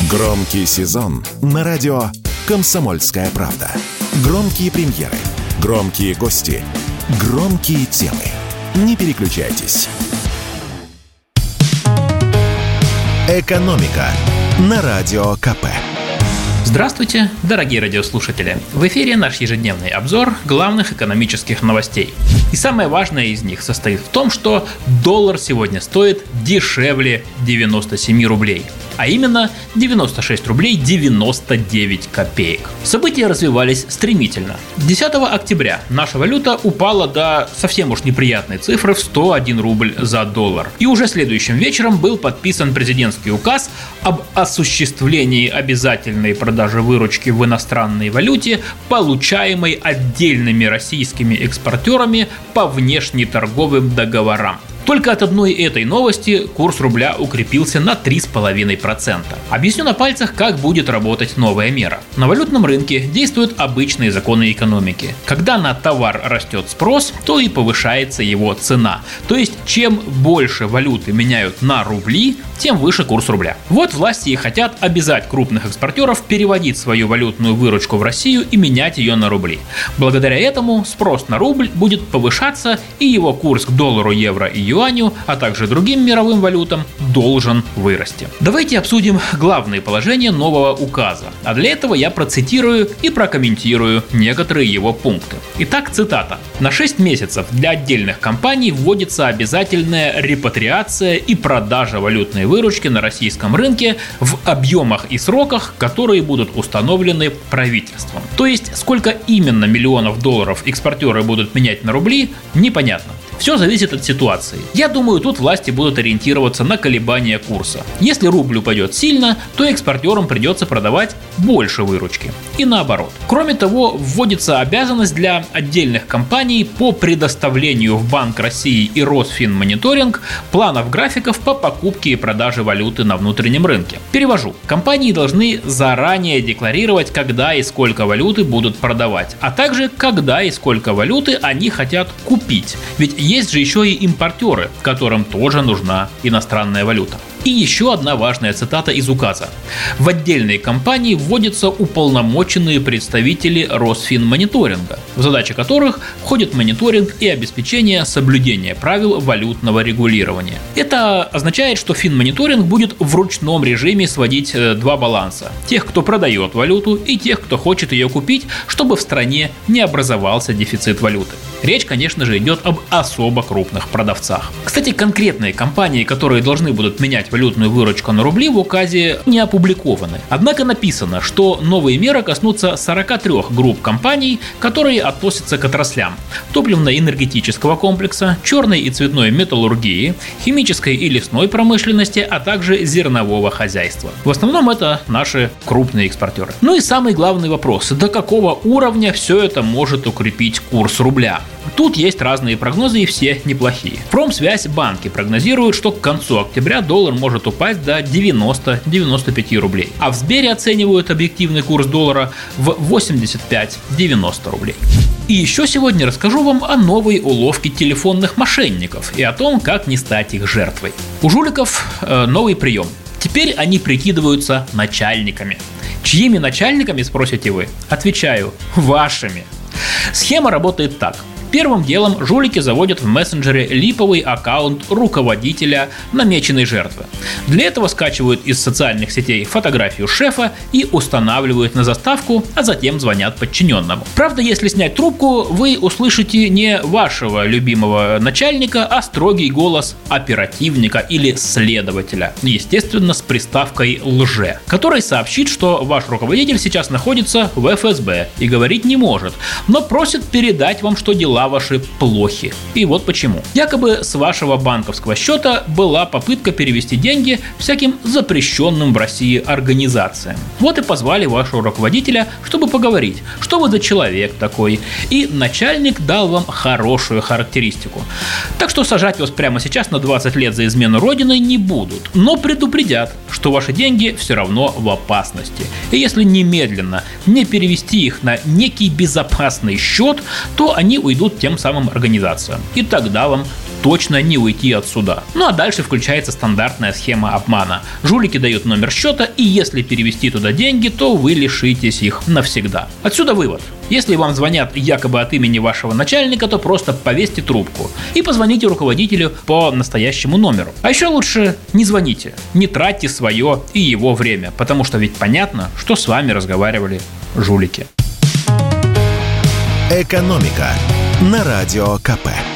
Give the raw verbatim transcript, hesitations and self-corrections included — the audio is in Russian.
Громкий сезон на радио «Комсомольская правда». Громкие премьеры, громкие гости, громкие темы. Не переключайтесь. «Экономика» на Радио КП. Здравствуйте, дорогие радиослушатели! В эфире наш ежедневный обзор главных экономических новостей. И самое важное из них состоит в том, что доллар сегодня стоит дешевле девяноста семи рублей. А именно девяносто шесть рублей девяносто девять копеек. События развивались стремительно. десятого октября наша валюта упала до совсем уж неприятной цифры в сто один рубль за доллар. И уже следующим вечером был подписан президентский указ об осуществлении обязательной продажи выручки в иностранной валюте, получаемой отдельными российскими экспортерами по внешнеторговым договорам. Только от одной этой новости курс рубля укрепился на три целых пять десятых процента. Объясню на пальцах, как будет работать новая мера. На валютном рынке действуют обычные законы экономики. Когда на товар растет спрос, то и повышается его цена. То есть, чем больше валюты меняют на рубли, тем выше курс рубля. Вот власти и хотят обязать крупных экспортеров переводить свою валютную выручку в Россию и менять ее на рубли. Благодаря этому спрос на рубль будет повышаться, и его курс к доллару, евро и юаню, а также другим мировым валютам должен вырасти. Давайте обсудим главные положения нового указа. А для этого я процитирую и прокомментирую некоторые его пункты. Итак, цитата. На шесть месяцев для отдельных компаний вводится обязательная репатриация и продажа валютной выручки на российском рынке в объемах и сроках, которые будут установлены правительством. То есть, сколько именно миллионов долларов экспортеры будут менять на рубли, непонятно. Все зависит от ситуации. Я думаю, тут власти будут ориентироваться на колебания курса. Если рубль упадет сильно, то экспортерам придется продавать больше выручки. И наоборот. Кроме того, вводится обязанность для отдельных компаний по предоставлению в Банк России и Росфинмониторинг планов графиков по покупке и продаже валюты на внутреннем рынке. Перевожу. Компании должны заранее декларировать, когда и сколько валюты будут продавать, а также когда и сколько валюты они хотят купить. Ведь есть же еще и импортеры, которым тоже нужна иностранная валюта. И еще одна важная цитата из указа. В отдельные компании вводятся уполномоченные представители Росфинмониторинга, в задачи которых входит мониторинг и обеспечение соблюдения правил валютного регулирования. Это означает, что финмониторинг будет в ручном режиме сводить два баланса. Тех, кто продает валюту, и тех, кто хочет ее купить, чтобы в стране не образовался дефицит валюты. Речь, конечно же, идет об особо крупных продавцах. Кстати, конкретные компании, которые должны будут менять валютную выручку на рубли, в указе не опубликованы. Однако написано, что новые меры коснутся сорока трёх групп компаний, которые относятся к отраслям топливно-энергетического комплекса, черной и цветной металлургии, химической и лесной промышленности, а также зернового хозяйства. В основном это наши крупные экспортеры. Ну и самый главный вопрос: до какого уровня все это может укрепить курс рубля? Тут есть разные прогнозы, и все неплохие. Промсвязь банки прогнозируют, что к концу октября доллар может упасть до девяноста - девяноста пяти рублей. А в Сбере оценивают объективный курс доллара в восемьдесят пять - девяносто рублей. И еще сегодня расскажу вам о новой уловке телефонных мошенников и о том, как не стать их жертвой. У жуликов э, новый прием. Теперь они прикидываются начальниками. Чьими начальниками, спросите вы? Отвечаю, вашими. Схема работает так. Первым делом жулики заводят в мессенджере липовый аккаунт руководителя намеченной жертвы. Для этого скачивают из социальных сетей фотографию шефа и устанавливают на заставку, а затем звонят подчиненному. Правда, если снять трубку, вы услышите не вашего любимого начальника, а строгий голос оперативника или следователя, естественно, с приставкой «лже», который сообщит, что ваш руководитель сейчас находится в эф эс бэ и говорить не может, но просит передать вам, что дела ваши плохи. И вот почему. Якобы с вашего банковского счета была попытка перевести деньги всяким запрещенным в России организациям. Вот и позвали вашего руководителя, чтобы поговорить, что вы за человек такой. И начальник дал вам хорошую характеристику. Так что сажать вас прямо сейчас на двадцать лет за измену родины не будут, но предупредят, что ваши деньги все равно в опасности. И если немедленно не перевести их на некий безопасный счет, то они уйдут тем самым организациям. И тогда вам точно не уйти от суда. Ну а дальше включается стандартная схема обмана. Жулики дают номер счета, и если перевести туда деньги, то вы лишитесь их навсегда. Отсюда вывод. Если вам звонят якобы от имени вашего начальника, то просто повесьте трубку и позвоните руководителю по настоящему номеру. А еще лучше не звоните, не тратьте свое и его время, потому что ведь понятно, что с вами разговаривали жулики. Экономика на Радио ка пэ.